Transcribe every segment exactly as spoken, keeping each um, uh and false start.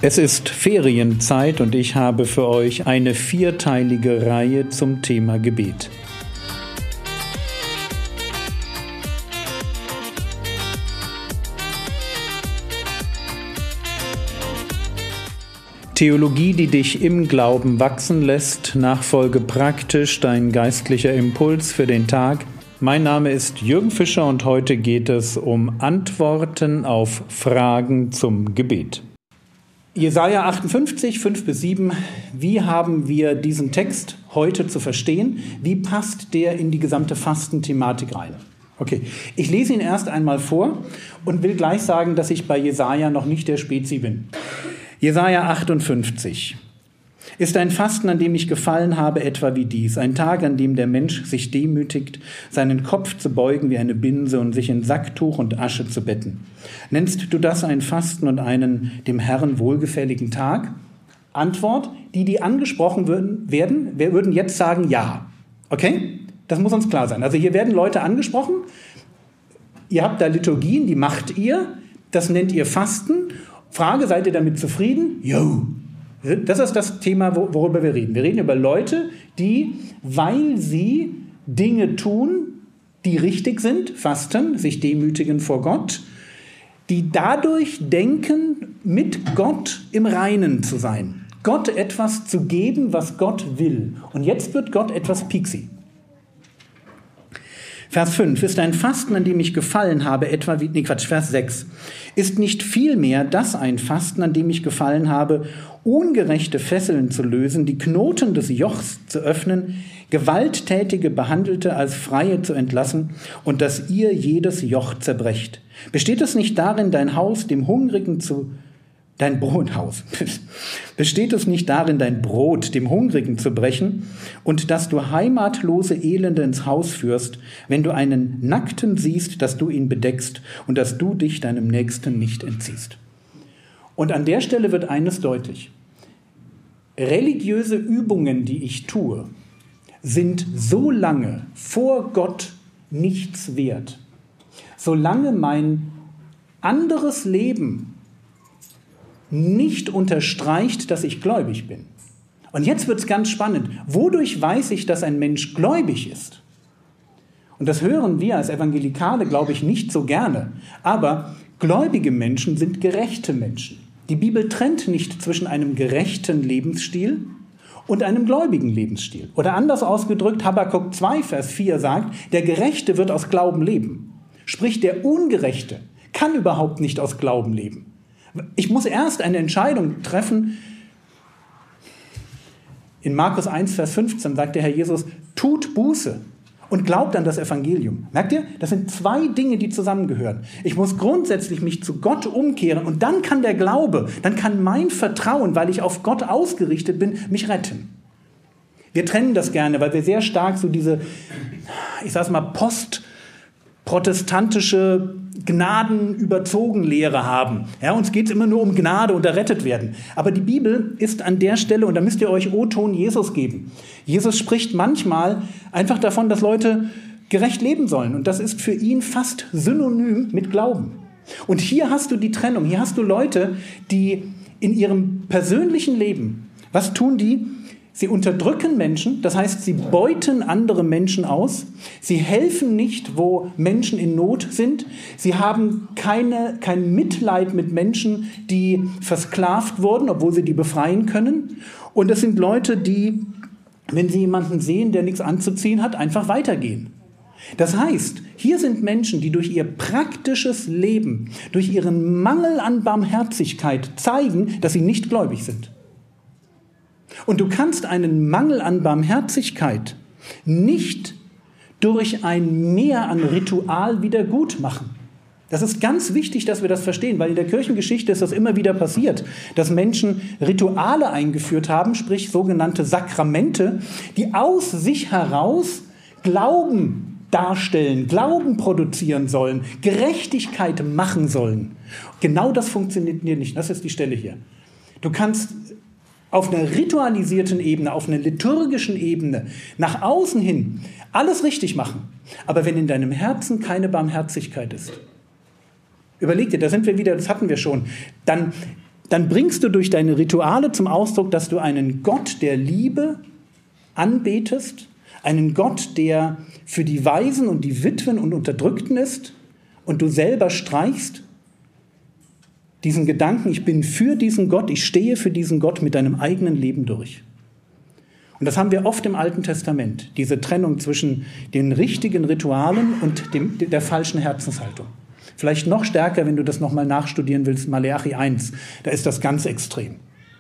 Es ist Ferienzeit und ich habe für euch eine vierteilige Reihe zum Thema Gebet. Theologie, die dich im Glauben wachsen lässt, nachfolge praktisch dein geistlicher Impuls für den Tag. Mein Name ist Jürgen Fischer und heute geht es um Antworten auf Fragen zum Gebet. Jesaja achtundfünfzig, fünf bis sieben. Wie haben wir diesen Text heute zu verstehen? Wie passt der in die gesamte Fastenthematik rein? Okay, ich lese ihn erst einmal vor und will gleich sagen, dass ich bei Jesaja noch nicht der Spezi bin. Jesaja achtundfünfzig. Ist ein Fasten, an dem ich gefallen habe, etwa wie dies, ein Tag, an dem der Mensch sich demütigt, seinen Kopf zu beugen wie eine Binse und sich in Sacktuch und Asche zu betten. Nennst du das ein Fasten und einen dem Herrn wohlgefälligen Tag? Antwort, die, die angesprochen würden, werden, wir würden jetzt sagen ja. Okay? Das muss uns klar sein. Also hier werden Leute angesprochen, ihr habt da Liturgien, die macht ihr, das nennt ihr Fasten. Frage, seid ihr damit zufrieden? Jo. Das ist das Thema, worüber wir reden. Wir reden über Leute, die, weil sie Dinge tun, die richtig sind, fasten, sich demütigen vor Gott, die dadurch denken, mit Gott im Reinen zu sein. Gott etwas zu geben, was Gott will. Und jetzt wird Gott etwas pieksig. Vers fünf, ist ein Fasten, an dem ich gefallen habe, etwa wie, nee Quatsch, Vers sechs, ist nicht vielmehr das ein Fasten, an dem ich gefallen habe, ungerechte Fesseln zu lösen, die Knoten des Jochs zu öffnen, gewalttätige Behandelte als Freie zu entlassen und dass ihr jedes Joch zerbrecht. Besteht es nicht darin, dein Haus dem Hungrigen zu Dein Brothaus. Besteht es nicht darin, dein Brot dem Hungrigen zu brechen und dass du heimatlose Elende ins Haus führst, wenn du einen Nackten siehst, dass du ihn bedeckst und dass du dich deinem Nächsten nicht entziehst? Und an der Stelle wird eines deutlich. Religiöse Übungen, die ich tue, sind so lange vor Gott nichts wert, solange mein anderes Leben nicht unterstreicht, dass ich gläubig bin. Und jetzt wird es ganz spannend. Wodurch weiß ich, dass ein Mensch gläubig ist? Und das hören wir als Evangelikale, glaube ich, nicht so gerne. Aber gläubige Menschen sind gerechte Menschen. Die Bibel trennt nicht zwischen einem gerechten Lebensstil und einem gläubigen Lebensstil. Oder anders ausgedrückt, Habakkuk zwei, Vers vier sagt, der Gerechte wird aus Glauben leben. Sprich, der Ungerechte kann überhaupt nicht aus Glauben leben. Ich muss erst eine Entscheidung treffen. In Markus eins, Vers fünfzehn sagt der Herr Jesus, tut Buße und glaubt an das Evangelium. Merkt ihr? Das sind zwei Dinge, die zusammengehören. Ich muss grundsätzlich mich zu Gott umkehren und dann kann der Glaube, dann kann mein Vertrauen, weil ich auf Gott ausgerichtet bin, mich retten. Wir trennen das gerne, weil wir sehr stark so diese, ich sag's mal, postprotestantische Gnadenüberzogen-Lehre haben. Ja, uns geht es immer nur um Gnade und errettet werden. Aber die Bibel ist an der Stelle, und da müsst ihr euch O-Ton Jesus geben. Jesus spricht manchmal einfach davon, dass Leute gerecht leben sollen. Und das ist für ihn fast synonym mit Glauben. Und hier hast du die Trennung. Hier hast du Leute, die in ihrem persönlichen Leben, was tun die? Sie unterdrücken Menschen, das heißt, sie beuten andere Menschen aus. Sie helfen nicht, wo Menschen in Not sind. Sie haben keine, kein Mitleid mit Menschen, die versklavt wurden, obwohl sie die befreien können. Und das sind Leute, die, wenn sie jemanden sehen, der nichts anzuziehen hat, einfach weitergehen. Das heißt, hier sind Menschen, die durch ihr praktisches Leben, durch ihren Mangel an Barmherzigkeit zeigen, dass sie nicht gläubig sind. Und du kannst einen Mangel an Barmherzigkeit nicht durch ein Mehr an Ritual wieder gut machen. Das ist ganz wichtig, dass wir das verstehen, weil in der Kirchengeschichte ist das immer wieder passiert, dass Menschen Rituale eingeführt haben, sprich sogenannte Sakramente, die aus sich heraus Glauben darstellen, Glauben produzieren sollen, Gerechtigkeit machen sollen. Genau das funktioniert nicht. Das ist die Stelle hier. Du kannst auf einer ritualisierten Ebene, auf einer liturgischen Ebene, nach außen hin alles richtig machen. Aber wenn in deinem Herzen keine Barmherzigkeit ist, überleg dir, da sind wir wieder, das hatten wir schon, dann dann bringst du durch deine Rituale zum Ausdruck, dass du einen Gott der Liebe anbetest, einen Gott, der für die Waisen und die Witwen und Unterdrückten ist, und du selber streichst diesen Gedanken, ich bin für diesen Gott, ich stehe für diesen Gott mit deinem eigenen Leben durch. Und das haben wir oft im Alten Testament, diese Trennung zwischen den richtigen Ritualen und dem, der falschen Herzenshaltung. Vielleicht noch stärker, wenn du das nochmal nachstudieren willst, Maleachi eins, da ist das ganz extrem.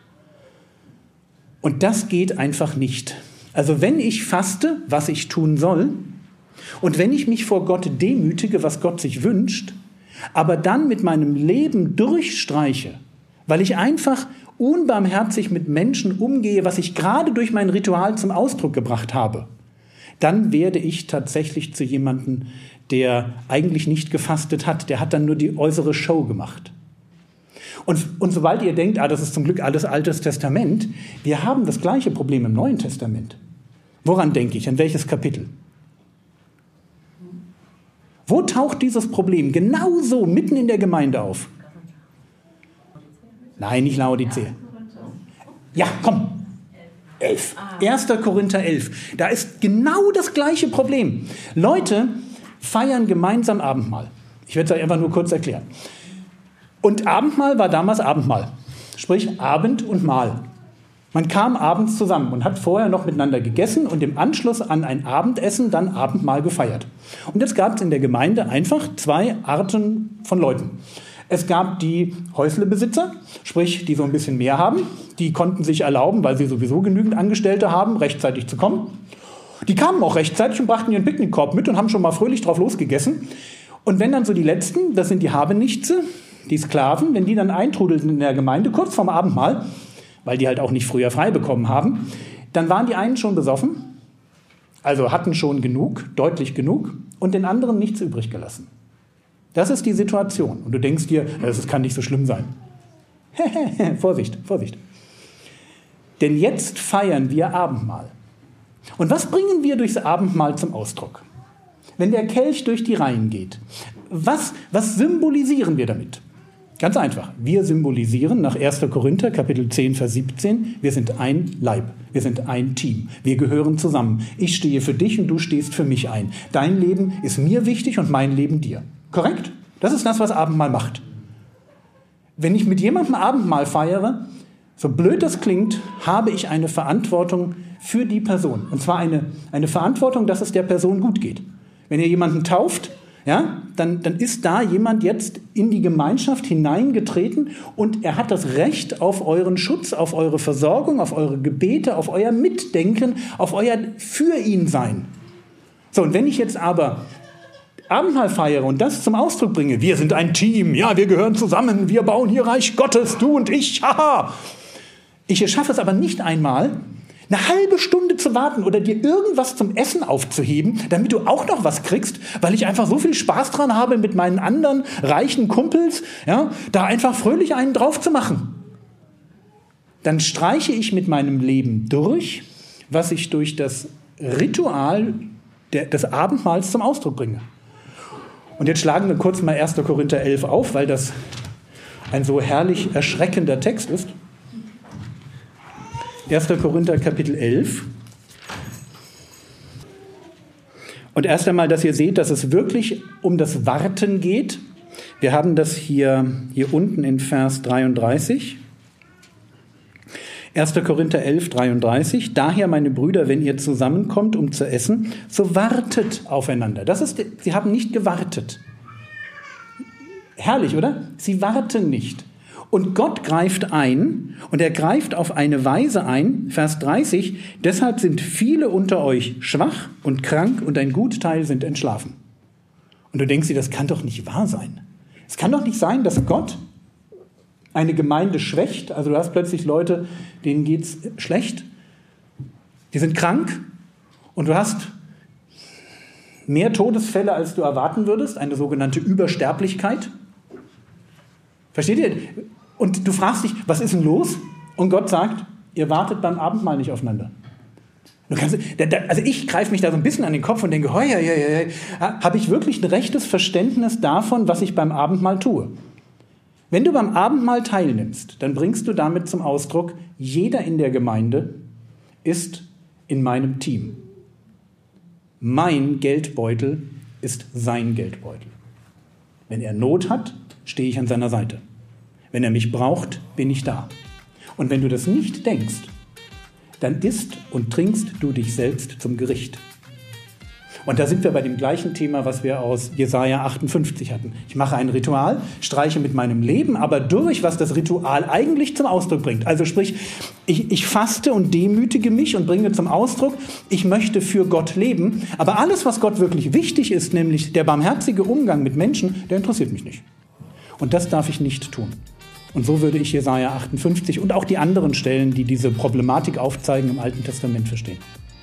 Und das geht einfach nicht. Also wenn ich faste, was ich tun soll, und wenn ich mich vor Gott demütige, was Gott sich wünscht, aber dann mit meinem Leben durchstreiche, weil ich einfach unbarmherzig mit Menschen umgehe, was ich gerade durch mein Ritual zum Ausdruck gebracht habe, dann werde ich tatsächlich zu jemandem, der eigentlich nicht gefastet hat. Der hat dann nur die äußere Show gemacht. Und, und sobald ihr denkt, ah, das ist zum Glück alles Altes Testament, wir haben das gleiche Problem im Neuen Testament. Woran denke ich? An welches Kapitel? Wo taucht dieses Problem genauso mitten in der Gemeinde auf? Nein, nicht Laodicea. Ja, komm. elf. erster Korinther elf. Da ist genau das gleiche Problem. Leute feiern gemeinsam Abendmahl. Ich werde es euch einfach nur kurz erklären. Und Abendmahl war damals Abendmahl. Sprich Abend und Mahl. Man kam abends zusammen und hat vorher noch miteinander gegessen und im Anschluss an ein Abendessen dann Abendmahl gefeiert. Und jetzt gab es in der Gemeinde einfach zwei Arten von Leuten. Es gab die Häuslebesitzer, sprich, die so ein bisschen mehr haben. Die konnten sich erlauben, weil sie sowieso genügend Angestellte haben, rechtzeitig zu kommen. Die kamen auch rechtzeitig und brachten ihren Picknickkorb mit und haben schon mal fröhlich drauf losgegessen. Und wenn dann so die Letzten, das sind die Habenichtse, die Sklaven, wenn die dann eintrudelten in der Gemeinde, kurz vorm Abendmahl, weil die halt auch nicht früher frei bekommen haben, dann waren die einen schon besoffen, also hatten schon genug, deutlich genug, und den anderen nichts übrig gelassen. Das ist die Situation. Und du denkst dir, das kann nicht so schlimm sein. Vorsicht, Vorsicht. Denn jetzt feiern wir Abendmahl. Und was bringen wir durchs Abendmahl zum Ausdruck? Wenn der Kelch durch die Reihen geht, was, was symbolisieren wir damit? Ganz einfach. Wir symbolisieren nach erster Korinther, Kapitel zehn, Vers siebzehn, wir sind ein Leib, wir sind ein Team, wir gehören zusammen. Ich stehe für dich und du stehst für mich ein. Dein Leben ist mir wichtig und mein Leben dir. Korrekt? Das ist das, was Abendmahl macht. Wenn ich mit jemandem Abendmahl feiere, so blöd das klingt, habe ich eine Verantwortung für die Person. Und zwar eine, eine Verantwortung, dass es der Person gut geht. Wenn ihr jemanden tauft, ja, dann, dann ist da jemand jetzt in die Gemeinschaft hineingetreten und er hat das Recht auf euren Schutz, auf eure Versorgung, auf eure Gebete, auf euer Mitdenken, auf euer Für ihn sein. So, und wenn ich jetzt aber Abendmahl feiere und das zum Ausdruck bringe, wir sind ein Team, ja, wir gehören zusammen, wir bauen hier Reich Gottes, du und ich, haha. Ich schaffe es aber nicht einmal, eine halbe Stunde zu warten oder dir irgendwas zum Essen aufzuheben, damit du auch noch was kriegst, weil ich einfach so viel Spaß dran habe, mit meinen anderen reichen Kumpels, ja, da einfach fröhlich einen drauf zu machen. Dann streiche ich mit meinem Leben durch, was ich durch das Ritual der, des Abendmahls zum Ausdruck bringe. Und jetzt schlagen wir kurz mal erster Korinther elf auf, weil das ein so herrlich erschreckender Text ist. erster Korinther Kapitel elf. Und erst einmal, dass ihr seht, dass es wirklich um das Warten geht. Wir haben das hier, hier unten in Vers dreiunddreißig. erster Korinther elf, dreiunddreißig. Daher, meine Brüder, wenn ihr zusammenkommt, um zu essen, so wartet aufeinander. Das ist, sie haben nicht gewartet. Herrlich, oder? Sie warten nicht. Und Gott greift ein, und er greift auf eine Weise ein, Vers dreißig, deshalb sind viele unter euch schwach und krank und ein Gutteil sind entschlafen. Und du denkst dir, das kann doch nicht wahr sein. Es kann doch nicht sein, dass Gott eine Gemeinde schwächt. Also du hast plötzlich Leute, denen geht's schlecht, die sind krank, und du hast mehr Todesfälle, als du erwarten würdest, eine sogenannte Übersterblichkeit. Versteht ihr? Und du fragst dich, was ist denn los? Und Gott sagt, ihr wartet beim Abendmahl nicht aufeinander. Du kannst, also ich greife mich da so ein bisschen an den Kopf und denke, hoi, hoi, hoi, habe ich wirklich ein rechtes Verständnis davon, was ich beim Abendmahl tue? Wenn du beim Abendmahl teilnimmst, dann bringst du damit zum Ausdruck, jeder in der Gemeinde ist in meinem Team. Mein Geldbeutel ist sein Geldbeutel. Wenn er Not hat, stehe ich an seiner Seite. Wenn er mich braucht, bin ich da. Und wenn du das nicht denkst, dann isst und trinkst du dich selbst zum Gericht. Und da sind wir bei dem gleichen Thema, was wir aus Jesaja achtundfünfzig hatten. Ich mache ein Ritual, streiche mit meinem Leben aber durch, was das Ritual eigentlich zum Ausdruck bringt. Also sprich, ich, ich faste und demütige mich und bringe zum Ausdruck, ich möchte für Gott leben. Aber alles, was Gott wirklich wichtig ist, nämlich der barmherzige Umgang mit Menschen, der interessiert mich nicht. Und das darf ich nicht tun. Und so würde ich Jesaja achtundfünfzig und auch die anderen Stellen, die diese Problematik aufzeigen, im Alten Testament verstehen.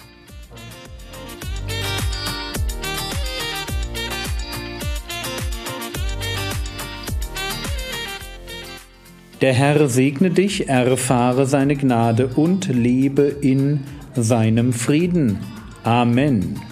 Der Herr segne dich, erfahre seine Gnade und lebe in seinem Frieden. Amen.